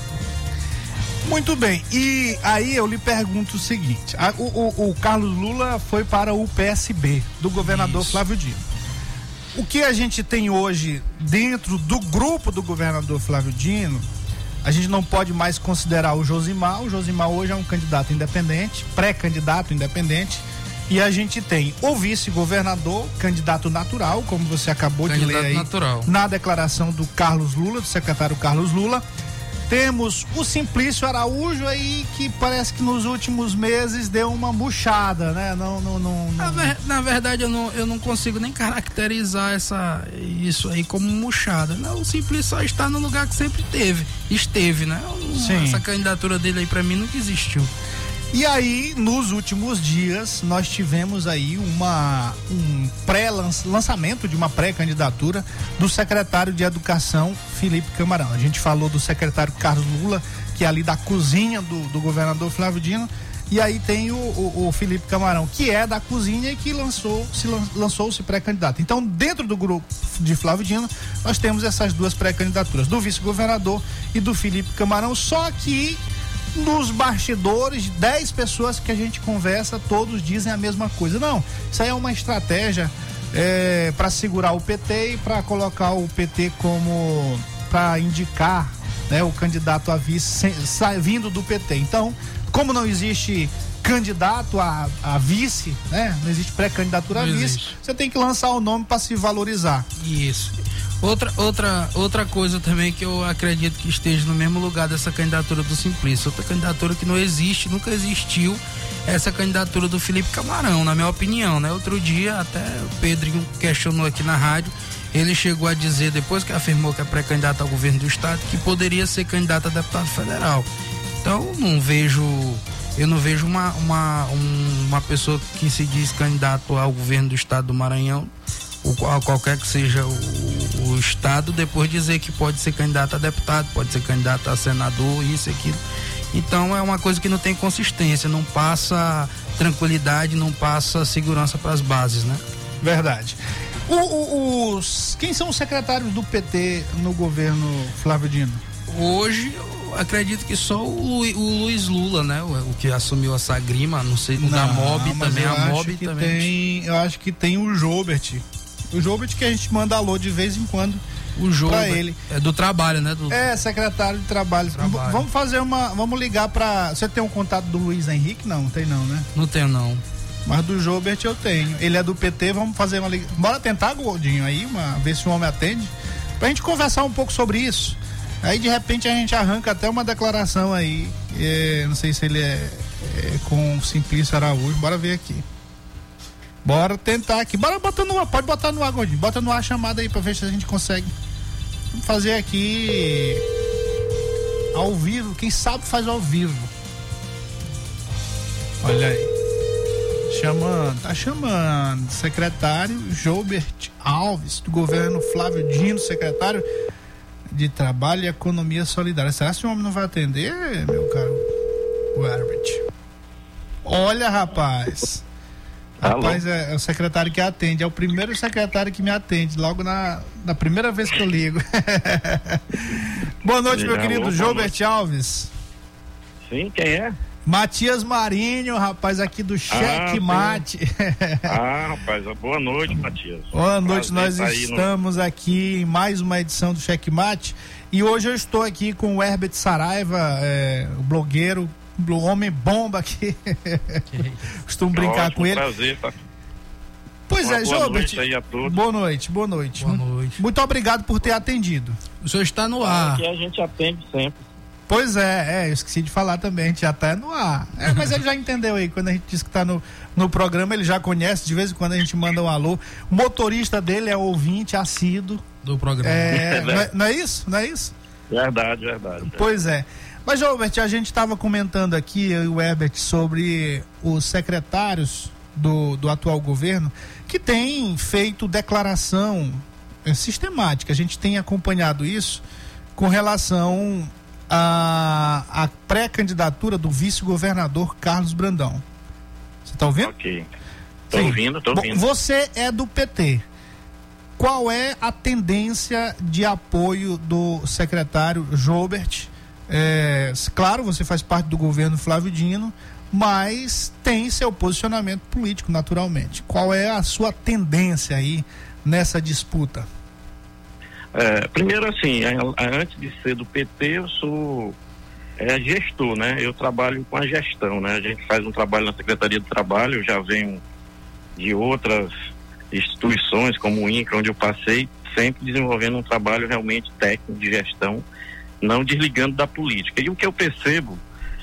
Muito bem, e aí eu lhe pergunto o seguinte, a, o, o, o Carlos Lula foi para o P S B, do governador Isso. Flávio Dino. O que a gente tem hoje dentro do grupo do governador Flávio Dino, a gente não pode mais considerar o Josimar. O Josimar hoje é um candidato independente, pré-candidato independente, e a gente tem o vice-governador, candidato natural, como você acabou candidato de ler aí natural. Na declaração do Carlos Lula, do secretário Carlos Lula. Temos o Simplício Araújo aí, que parece que nos últimos meses deu uma murchada, né? Não, não, não, não... Na, ver, na verdade, eu não, eu não consigo nem caracterizar essa, isso aí como murchada. Não, o Simplício só está no lugar que sempre teve, esteve, né? Sim. Essa candidatura dele aí pra mim nunca existiu. E aí, nos últimos dias, nós tivemos aí uma, um pré-lançamento de uma pré-candidatura do secretário de Educação, Felipe Camarão. A gente falou do secretário Carlos Lula, que é ali da cozinha do, do governador Flávio Dino, e aí tem o, o, o Felipe Camarão, que é da cozinha e que lançou, se lançou-se pré-candidato. Então, dentro do grupo de Flávio Dino, nós temos essas duas pré-candidaturas, do vice-governador e do Felipe Camarão, só que nos bastidores, dez pessoas que a gente conversa, todos dizem a mesma coisa. Não, isso aí é uma estratégia é, para segurar o P T e para colocar o P T como, para indicar, né, o candidato a vice sem, vindo do P T. Então, como não existe candidato a, a vice, né, não existe pré-candidatura a vice, você tem que lançar o nome para se valorizar. Isso. Outra, outra, outra coisa também que eu acredito que esteja no mesmo lugar dessa candidatura do Simplício, outra candidatura que não existe, nunca existiu, essa candidatura do Felipe Camarão, na minha opinião, né? Outro dia até o Pedrinho questionou aqui na rádio, ele chegou a dizer, depois que afirmou que é pré-candidato ao governo do estado, que poderia ser candidato a deputado federal. Então não vejo, eu não vejo uma, uma, um, uma pessoa que se diz candidato ao governo do estado do Maranhão, o, qualquer que seja o, o estado, depois dizer que pode ser candidato a deputado, pode ser candidato a senador, isso e aquilo. Então é uma coisa que não tem consistência, não passa tranquilidade, não passa segurança para as bases, né? Verdade. O, o, os, quem são os secretários do P T no governo Flávio Dino? Hoje eu acredito que só o, Lu, o Luiz Lula, né? O, o que assumiu essa grima, não sei, o não, da Mob também, a Mob também. Tem, eu acho que tem o Jobert. O Jobert que a gente manda alô de vez em quando. O Jobert pra ele. É do trabalho, né? Do... É, secretário de trabalho. trabalho. Vamos fazer uma. Vamos ligar pra. Você tem um contato do Luiz Henrique? Não, não tem não, né? Não tenho não. Mas do Jobert eu tenho. Ele é do P T, vamos fazer uma ligação. Bora tentar, Gordinho, aí, uma, ver se o homem atende. Pra gente conversar um pouco sobre isso. Aí de repente a gente arranca até uma declaração aí. É, não sei se ele é, é com Simplício Araújo. Bora ver aqui. Bora tentar aqui. Bora botar no ar. Pode botar no ar, Gordinho. Bota no ar a chamada aí pra ver se a gente consegue. Vamos fazer aqui ao vivo. Quem sabe faz ao vivo. Olha aí. Chamando, tá chamando. Secretário Jobert Alves, do governo Flávio Dino, secretário de Trabalho e Economia Solidária. Será que o homem não vai atender, meu caro Herbert? Olha, rapaz. Rapaz, é, é o secretário que atende. É o primeiro secretário que me atende, logo na, na primeira vez que eu ligo. Boa noite, meu querido Jobert Alves. Sim, quem é? Matias Marinho, rapaz, aqui do Cheque Mate. Ah, rapaz, boa noite, Matias. Boa noite, nós estamos no... aqui em mais uma edição do Cheque Mate. E hoje eu estou aqui com o Herbert Saraiva, é, o blogueiro, o homem bomba aqui. Costumo brincar ótimo, com ele. Prazer, tá? Pois Uma é, boa Jobert. Noite aí a todos. Boa noite, boa noite. Boa noite. Muito obrigado por ter atendido. O senhor está no ar. Aqui a gente atende sempre. Pois é, é, eu esqueci de falar também, a gente já tá no ar. É, mas ele já entendeu aí, quando a gente diz que tá no, no programa, ele já conhece, de vez em quando a gente manda um alô. O motorista dele é ouvinte assíduo do programa. É, não, é, não é isso? Não é isso? Verdade, verdade. Pois é. Mas, Robert, a gente estava comentando aqui, eu e o Herbert, sobre os secretários do, do atual governo que têm feito declaração é, sistemática. A gente tem acompanhado isso com relação à, à pré-candidatura do vice-governador Carlos Brandão. Você está ouvindo? Ok. Estou ouvindo, estou ouvindo. Bom, você é do P T. Qual é a tendência de apoio do secretário Jobert? É, claro, você faz parte do governo Flávio Dino, mas tem seu posicionamento político, naturalmente. Qual é a sua tendência aí nessa disputa? É, primeiro, assim, antes de ser do P T, eu sou é, gestor, né? Eu trabalho com a gestão, né? A gente faz um trabalho na Secretaria do Trabalho, eu já venho de outras instituições, como o INCRA, onde eu passei, sempre desenvolvendo um trabalho realmente técnico de gestão, não desligando da política. E o que eu percebo,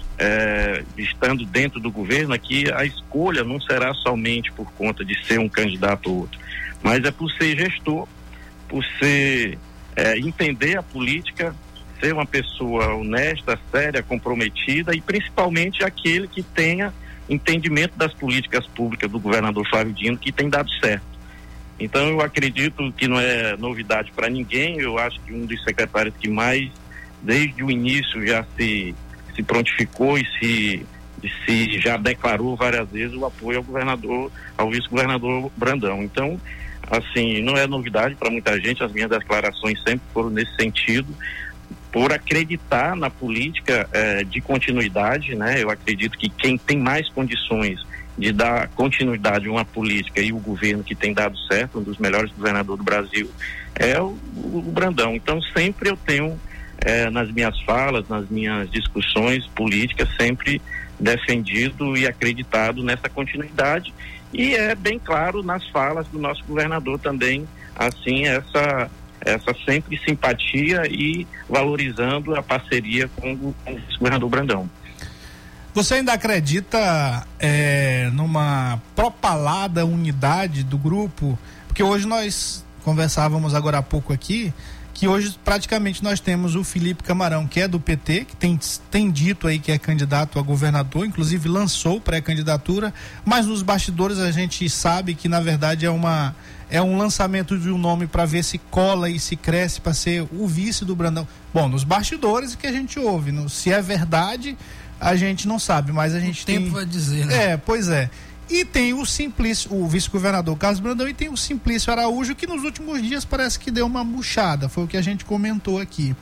é, estando dentro do governo, é que a escolha não será somente por conta de ser um candidato ou outro, mas é por ser gestor, por ser, é, entender a política, ser uma pessoa honesta, séria, comprometida e principalmente aquele que tenha entendimento das políticas públicas do governador Flávio Dino, que tem dado certo. Então eu acredito que não é novidade para ninguém, eu acho que um dos secretários que mais, desde o início, já se, se prontificou e se, e se já declarou várias vezes o apoio ao governador, ao vice-governador Brandão. Então, assim, não é novidade para muita gente, as minhas declarações sempre foram nesse sentido, por acreditar na política eh, de continuidade, né? Eu acredito que quem tem mais condições de dar continuidade a uma política e o governo que tem dado certo, um dos melhores governadores do Brasil, é o, o Brandão. Então sempre eu tenho eh, nas minhas falas, nas minhas discussões políticas, sempre defendido e acreditado nessa continuidade, e é bem claro nas falas do nosso governador também, assim, essa essa sempre simpatia e valorizando a parceria com o, com o governador Brandão. Você ainda acredita é, numa propalada unidade do grupo? Porque hoje nós conversávamos agora há pouco aqui, que hoje praticamente nós temos o Felipe Camarão, que é do P T, que tem, tem dito aí que é candidato a governador, inclusive lançou pré-candidatura, mas nos bastidores a gente sabe que na verdade é uma é um lançamento de um nome para ver se cola e se cresce para ser o vice do Brandão. Bom, nos bastidores que a gente ouve, no, se é verdade a gente não sabe, mas a gente o tem... tempo vai dizer, né? É, pois é. E tem o Simplício, o vice-governador Carlos Brandão, e tem o Simplício Araújo, que nos últimos dias parece que deu uma murchada, foi o que a gente comentou aqui.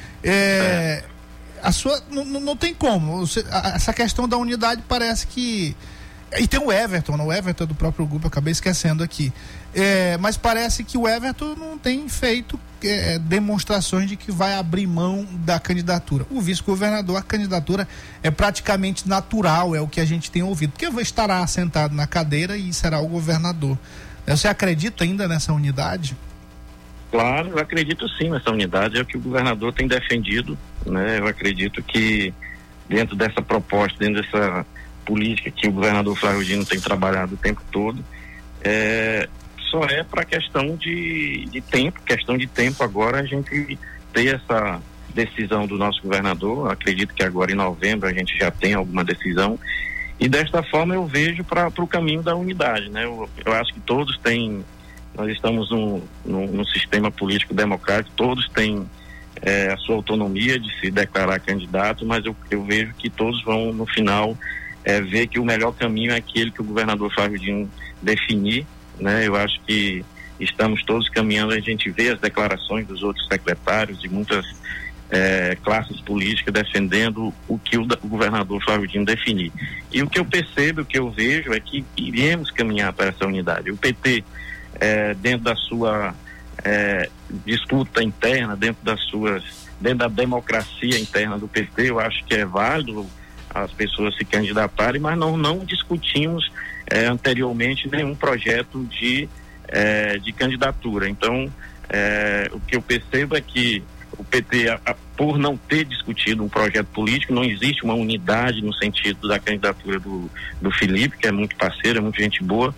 É, a sua, não, não tem como, você, a, essa questão da unidade parece que... E tem o Everton, o Everton é do próprio grupo, eu acabei esquecendo aqui. É, mas parece que o Everton não tem feito é, demonstrações de que vai abrir mão da candidatura. O vice-governador, a candidatura é praticamente natural, é o que a gente tem ouvido, porque estará sentado na cadeira e será o governador. Você acredita ainda nessa unidade? Claro, eu acredito sim nessa unidade, é o que o governador tem defendido, né? Eu acredito que dentro dessa proposta, dentro dessa política que o governador Flávio Dino tem trabalhado o tempo todo, é, só é para questão de, de tempo, questão de tempo agora a gente ter essa decisão do nosso governador. Acredito que agora em novembro a gente já tem alguma decisão, e desta forma eu vejo para o caminho da unidade, né? Eu, eu acho que todos têm, nós estamos num, num, num sistema político democrático, todos têm é, a sua autonomia de se declarar candidato, mas eu, eu vejo que todos vão no final É, ver que o melhor caminho é aquele que o governador Flávio Dino definir, né? Eu acho que estamos todos caminhando, a gente vê as declarações dos outros secretários de muitas é, classes políticas defendendo o que o, o governador Flávio Dino definir. E o que eu percebo, o que eu vejo é que iremos caminhar para essa unidade. O P T, é, dentro da sua é, disputa interna, dentro das suas, dentro da democracia interna do P T, eu acho que é válido as pessoas se candidatarem, mas não, não discutimos eh, anteriormente nenhum projeto de, eh, de candidatura. Então, eh, o que eu percebo é que o P T, a, a, por não ter discutido um projeto político, não existe uma unidade no sentido da candidatura do, do Felipe, que é muito parceiro, é muito gente boa,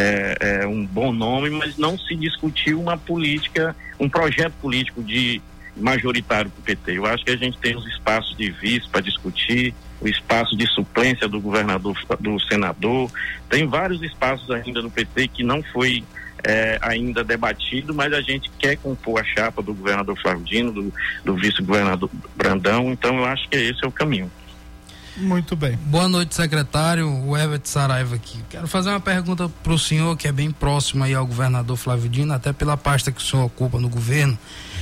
é, é um bom nome, mas não se discutiu uma política, um projeto político de majoritário para o P T. Eu acho que a gente tem os espaços de vice para discutir, o espaço de suplência do governador, do senador, tem vários espaços ainda no P T que não foi é, ainda debatido, mas a gente quer compor a chapa do governador Flávio Dino, do, do vice-governador Brandão, então eu acho que esse é o caminho. Muito bem. Boa noite, secretário. O Everett Saraiva aqui. Quero fazer uma pergunta para o senhor, que é bem próximo aí ao governador Flávio Dino, até pela pasta que o senhor ocupa no governo.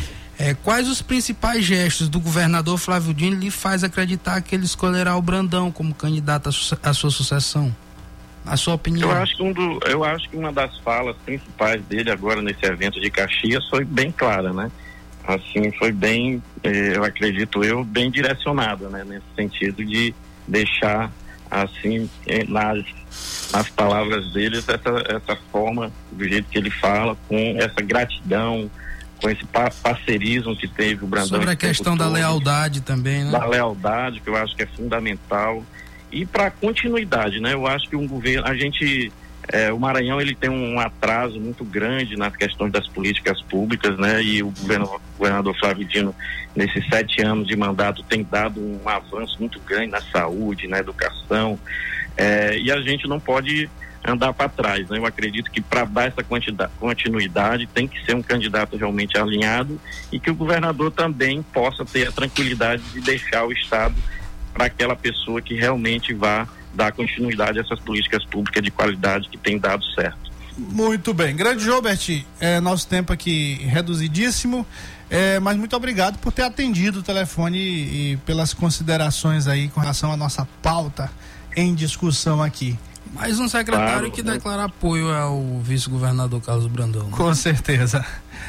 É, quais os principais gestos do governador Flávio Dino lhe faz acreditar que ele escolherá o Brandão como candidato à, su- à sua sucessão? A sua opinião? Eu acho que um do, eu acho que uma das falas principais dele agora nesse evento de Caxias foi bem clara, né? Assim, foi bem, eh, eu acredito eu, bem direcionada, né? Nesse sentido de deixar, assim, eh, nas, nas palavras dele, essa, essa forma, do jeito que ele fala, com essa gratidão, com esse pa- parceirismo que teve o Brandão. Sobre a questão da lealdade também, né? Da lealdade, que eu acho que é fundamental. E para continuidade, né? Eu acho que um governo, a gente, é, o Maranhão, ele tem um atraso muito grande nas questões das políticas públicas, né? E o governo, o governador Flávio Dino, nesses sete anos de mandato, tem dado um avanço muito grande na saúde, na educação, é, e a gente não pode andar para trás, né? Eu acredito que para dar essa quantidade, continuidade tem que ser um candidato realmente alinhado e que o governador também possa ter a tranquilidade de deixar o Estado para aquela pessoa que realmente vá dar continuidade a essas políticas públicas de qualidade que tem dado certo. Muito bem. Grande Jobert, é, nosso tempo aqui reduzidíssimo, é, mas muito obrigado por ter atendido o telefone e, e pelas considerações aí com relação à nossa pauta em discussão aqui. Mais um secretário Claro, que né? declara apoio ao vice-governador Carlos Brandão. Né? Com certeza.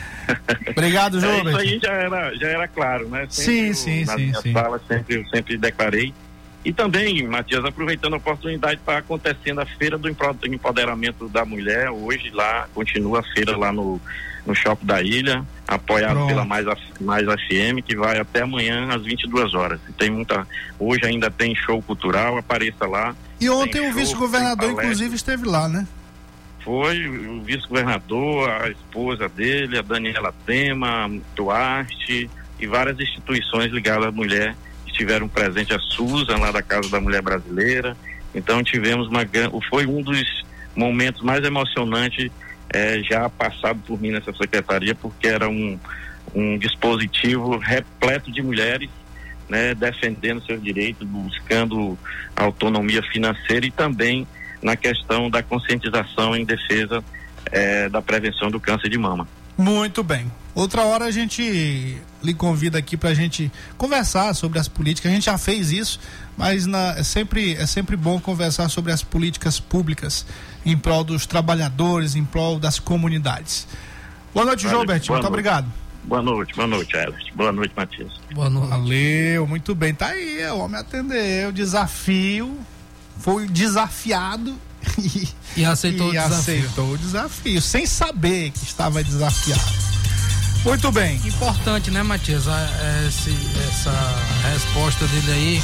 Obrigado, É, Jobert. isso aí já era, já era claro, né? Sim, eu, sim, nas sim, minhas sim. falas, sempre, eu sempre declarei. E também, Matias, aproveitando a oportunidade, está acontecendo a Feira do Empoderamento da Mulher. Hoje lá, continua a feira lá no, no Shopping da Ilha, apoiado Pronto. pela Mais, Mais F M, que vai até amanhã às vinte e duas horas. E tem muita, hoje ainda tem show cultural, apareça lá. E ontem Tem o show, vice-governador, tem palestra. inclusive, esteve lá, né? Foi o vice-governador, a esposa dele, a Daniela Tema, Duarte e várias instituições ligadas à mulher estiveram presentes, a Susan lá da Casa da Mulher Brasileira. Então tivemos uma, foi um dos momentos mais emocionantes eh, já passado por mim nessa secretaria, porque era um, um dispositivo repleto de mulheres, né, defendendo seus direitos, buscando autonomia financeira e também na questão da conscientização em defesa eh, da prevenção do câncer de mama. Muito bem. Outra hora a gente lhe convida aqui para a gente conversar sobre as políticas. A gente já fez isso, mas na, é, sempre, é sempre bom conversar sobre as políticas públicas em prol dos trabalhadores, em prol das comunidades. Boa noite, Valeu, Jobert. boa Muito noite. obrigado. Boa noite, boa noite, Everett. Boa noite, Matias. Boa noite. Valeu, muito bem. Tá aí, o homem atendeu. Desafio. Foi desafiado e, E aceitou e o desafio. aceitou o desafio, sem saber que estava desafiado. Muito bem. Importante, né, Matias? A- esse- essa resposta dele aí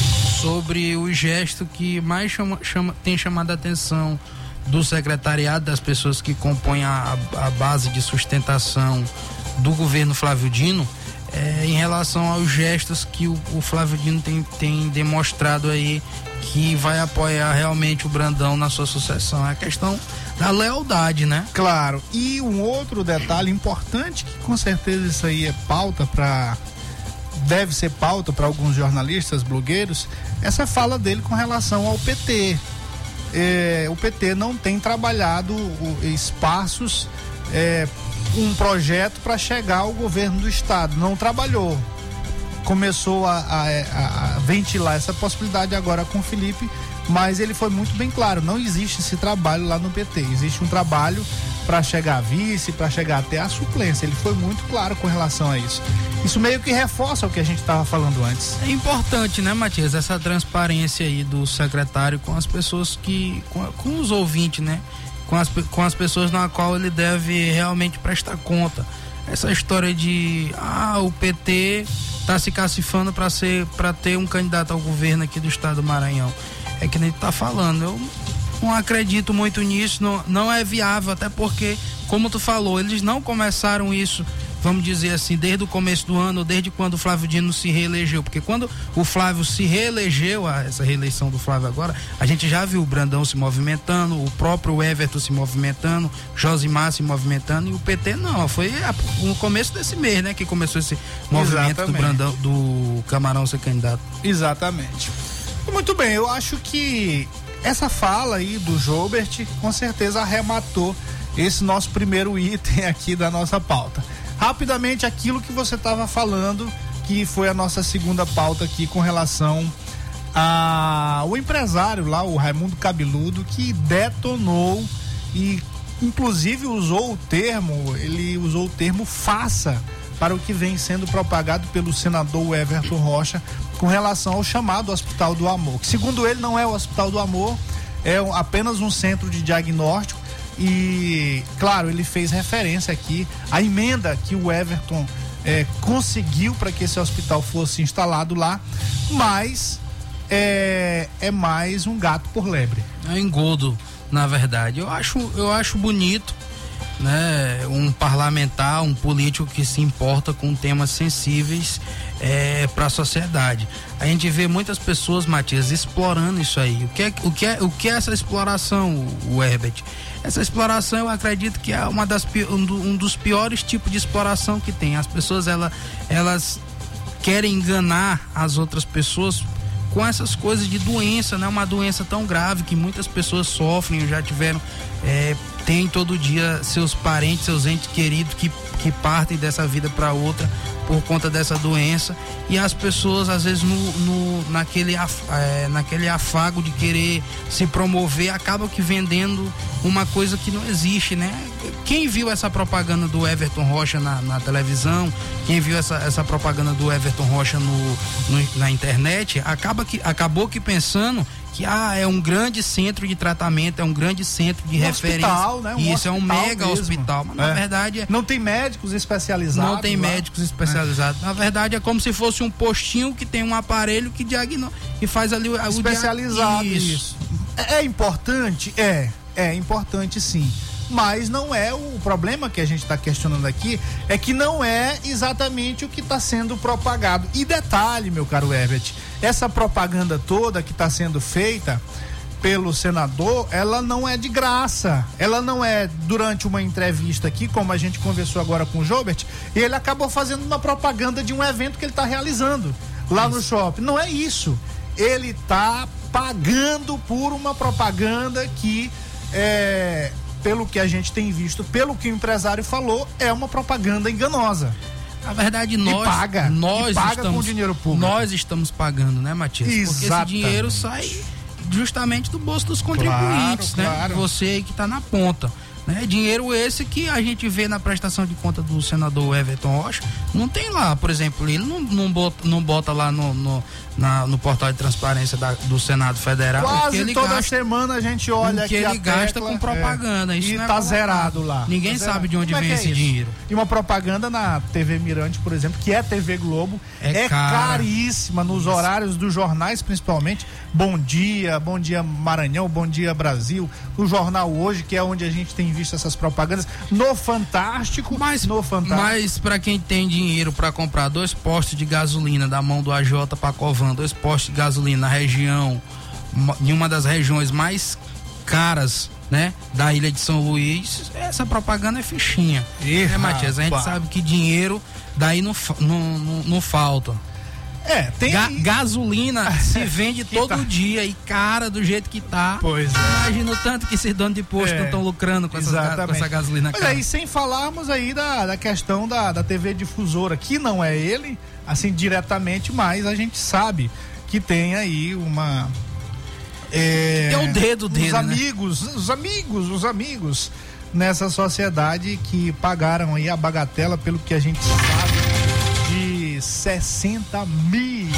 sobre o gesto que mais chama, chama, tem chamado a atenção do secretariado, das pessoas que compõem a, a base de sustentação do governo Flávio Dino, é, em relação aos gestos que o, o Flávio Dino tem, tem demonstrado aí que vai apoiar realmente o Brandão na sua sucessão. É a questão da lealdade, né? Claro. E um outro detalhe importante, que com certeza isso aí é pauta para deve ser pauta para alguns jornalistas, blogueiros, essa fala dele com relação ao P T. É, o P T não tem trabalhado o, espaços, é, um projeto para chegar ao governo do estado. Não trabalhou. Começou a, a, a ventilar essa possibilidade agora com o Felipe, mas ele foi muito bem claro, não existe esse trabalho lá no P T, existe um trabalho para chegar a vice, para chegar até a suplência. Ele foi muito claro com relação a isso. Isso meio que reforça o que a gente estava falando antes. É importante, né, Matias, essa transparência aí do secretário com as pessoas que, com, com os ouvintes, né, com as, com as pessoas na qual ele deve realmente prestar conta. Essa história de, ah, o P T tá se cacifando para ser, para ter um candidato ao governo aqui do estado do Maranhão. É que nem tá falando, eu não acredito muito nisso, não, não é viável, até porque, como tu falou, eles não começaram isso, vamos dizer assim, desde o começo do ano, desde quando o Flávio Dino se reelegeu, porque quando o Flávio se reelegeu, a, essa reeleição do Flávio agora, a gente já viu o Brandão se movimentando, o próprio Everton se movimentando, Josimar se movimentando, e o P T não, foi a, no começo desse mês, né, que começou esse movimento Exatamente. do Brandão, do Camarão ser candidato. Exatamente. Muito bem, eu acho que essa fala aí do Jobert com certeza arrematou esse nosso primeiro item aqui da nossa pauta. Rapidamente, aquilo que você estava falando, que foi a nossa segunda pauta aqui com relação ao empresário lá, o Raimundo Cabeludo, que detonou e inclusive usou o termo, ele usou o termo faça para o que vem sendo propagado pelo senador Everton Rocha com relação ao chamado Hospital do Amor, que segundo ele não é o Hospital do Amor, é apenas um centro de diagnóstico. E, claro, ele fez referência aqui à emenda que o Everton é, conseguiu para que esse hospital fosse instalado lá, mas é, é mais um gato por lebre. É um engodo, na verdade. Eu acho, eu acho bonito, né, um parlamentar, um político que se importa com temas sensíveis é, para a sociedade. A gente vê muitas pessoas, Matias, explorando isso aí. O que é, o que é, o que é essa exploração, o, o Herbert? Essa exploração, eu acredito que é uma das, um, do, um dos piores tipos de exploração que tem. As pessoas, ela, elas querem enganar as outras pessoas com essas coisas de doença, né? Uma doença tão grave que muitas pessoas sofrem, já tiveram, é, tem todo dia seus parentes, seus entes queridos que, que partem dessa vida para outra por conta dessa doença, e as pessoas às vezes no, no, naquele, é, naquele afago de querer se promover, acabam que vendendo uma coisa que não existe, né? Quem viu essa propaganda do Everton Rocha na, na televisão, quem viu essa, essa propaganda do Everton Rocha no, no, na internet, acaba que, acabou que pensando que ah, é um grande centro de tratamento, é um grande centro de um referência. Hospital, né? Um e isso é um mega mesmo. hospital. Mas é. na verdade é... Não tem médicos especializados. Não tem lá. médicos especializados. É. Na verdade é como se fosse um postinho que tem um aparelho que diagnostica e faz ali o especializado. Dia... Isso. isso. É, é importante? É. É importante sim. Mas não é o problema que a gente está questionando aqui, é que não é exatamente o que está sendo propagado. E detalhe, meu caro Herbert, essa propaganda toda que está sendo feita pelo senador, ela não é de graça, ela não é durante uma entrevista aqui, como a gente conversou agora com o Jobert, e ele acabou fazendo uma propaganda de um evento que ele está realizando lá no shopping. Não é isso, ele está pagando por uma propaganda que é... pelo que a gente tem visto, pelo que o empresário falou, é uma propaganda enganosa. Na verdade, nós, e paga, nós e paga estamos, com dinheiro público. Nós estamos pagando, né, Matias? Exatamente. Porque esse dinheiro sai justamente do bolso dos contribuintes, claro, né? Claro. Você aí que está na ponta. Né? Dinheiro esse que a gente vê na prestação de conta do senador Everton Rocha, não tem lá, por exemplo, ele não, não, bota, não bota lá no, no, na, no portal de transparência da, do Senado Federal. Quase ele toda gasta, semana a gente olha que aqui ele a gasta tecla, com propaganda. É, isso e não é tá zerado lá. Ninguém tá sabe zerado. de onde Como vem é esse é dinheiro. E uma propaganda na T V Mirante, por exemplo, que é T V Globo, é, é cara. caríssima nos Isso. horários dos jornais, principalmente. Bom Dia, Bom Dia Maranhão, Bom Dia Brasil, no Jornal Hoje, que é onde a gente tem visto essas propagandas, no Fantástico, mas, no Fantástico. Mas para quem tem dinheiro para comprar dois postos de gasolina da mão do A J Pacovan, dois postos de gasolina na região, em uma das regiões mais caras, né, da ilha de São Luís, essa propaganda é fichinha. Ih, é, Matias, a gente rapaz. sabe que dinheiro daí não, não, não, não falta. É, tem Ga gasolina se vende todo tá. dia e cara do jeito que tá. Pois é. Imagina o tanto que esses donos de posto É, estão lucrando com, essas, com essa gasolina Mas cara. aí, sem falarmos aí da, da questão da, da T V difusora, que não é ele, assim, diretamente, mas a gente sabe que tem aí uma... É, é o dedo dele, os amigos, né? os amigos, os amigos nessa sociedade que pagaram aí a bagatela, pelo que a gente sabe, de sessenta milhões.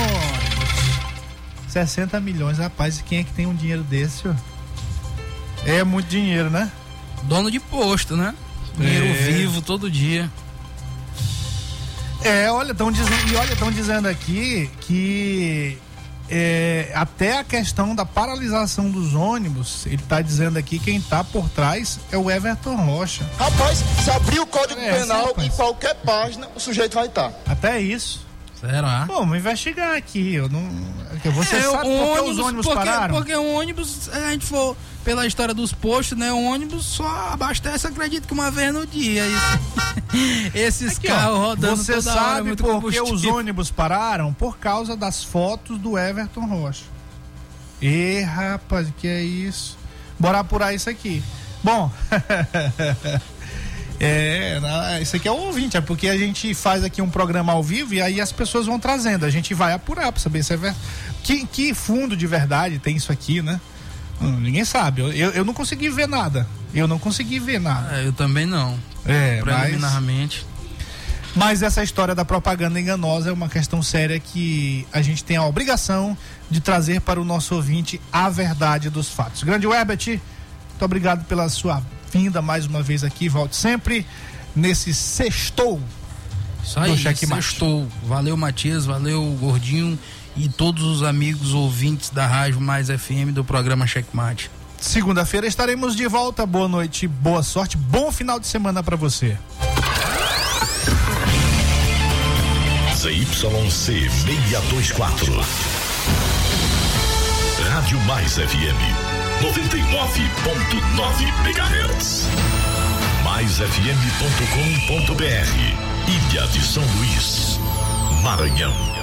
sessenta milhões, rapaz, quem é que tem um dinheiro desse, ó? É muito dinheiro, né? Dono de posto, né? Dinheiro É. vivo todo dia. É, olha, estão dizendo, e olha, estão dizendo aqui que é, até a questão da paralisação dos ônibus, ele está dizendo aqui, quem está por trás é o Everton Rocha. Rapaz, se abrir o Código É, Penal sim, em qualquer página, o sujeito vai estar. Até isso. Será? Bom, vamos investigar aqui. Eu não. Você É, sabe o por que ônibus, os ônibus porque, pararam? Porque o ônibus, se a gente for pela história dos postos, né? O ônibus só abastece, acredito que uma vez no dia. Isso. Esses Aqui, carros ó, rodando você toda hora, sabe muito por que os combustível. ônibus pararam? Por causa das fotos do Everton Rocha. E rapaz, que é isso? Bora apurar isso aqui. Bom, é, na- isso aqui é o ouvinte, é porque a gente faz aqui um programa ao vivo e aí as pessoas vão trazendo, a gente vai apurar pra saber se é verdade. Que, que fundo de verdade tem isso aqui, né? Hum, ninguém sabe, eu, eu, eu não consegui ver nada, eu não consegui ver nada. É, eu também não. É, mas, Preliminarmente. mas essa história da propaganda enganosa é uma questão séria que a gente tem a obrigação de trazer para o nosso ouvinte a verdade dos fatos. Grande Herbert, muito obrigado pela sua vinda mais uma vez aqui, volte sempre nesse sextou. Isso aí, do Checkmate. sextou. Valeu, Matias, valeu, Gordinho e todos os amigos ouvintes da Rádio Mais F M do programa Checkmate. Segunda-feira estaremos de volta. Boa noite, boa sorte, bom final de semana para você. Z Y C seiscentos e vinte e quatro. Rádio Mais F M noventa e nove ponto nove megahertz. mais f m ponto com ponto b r. Ilha de São Luís, Maranhão.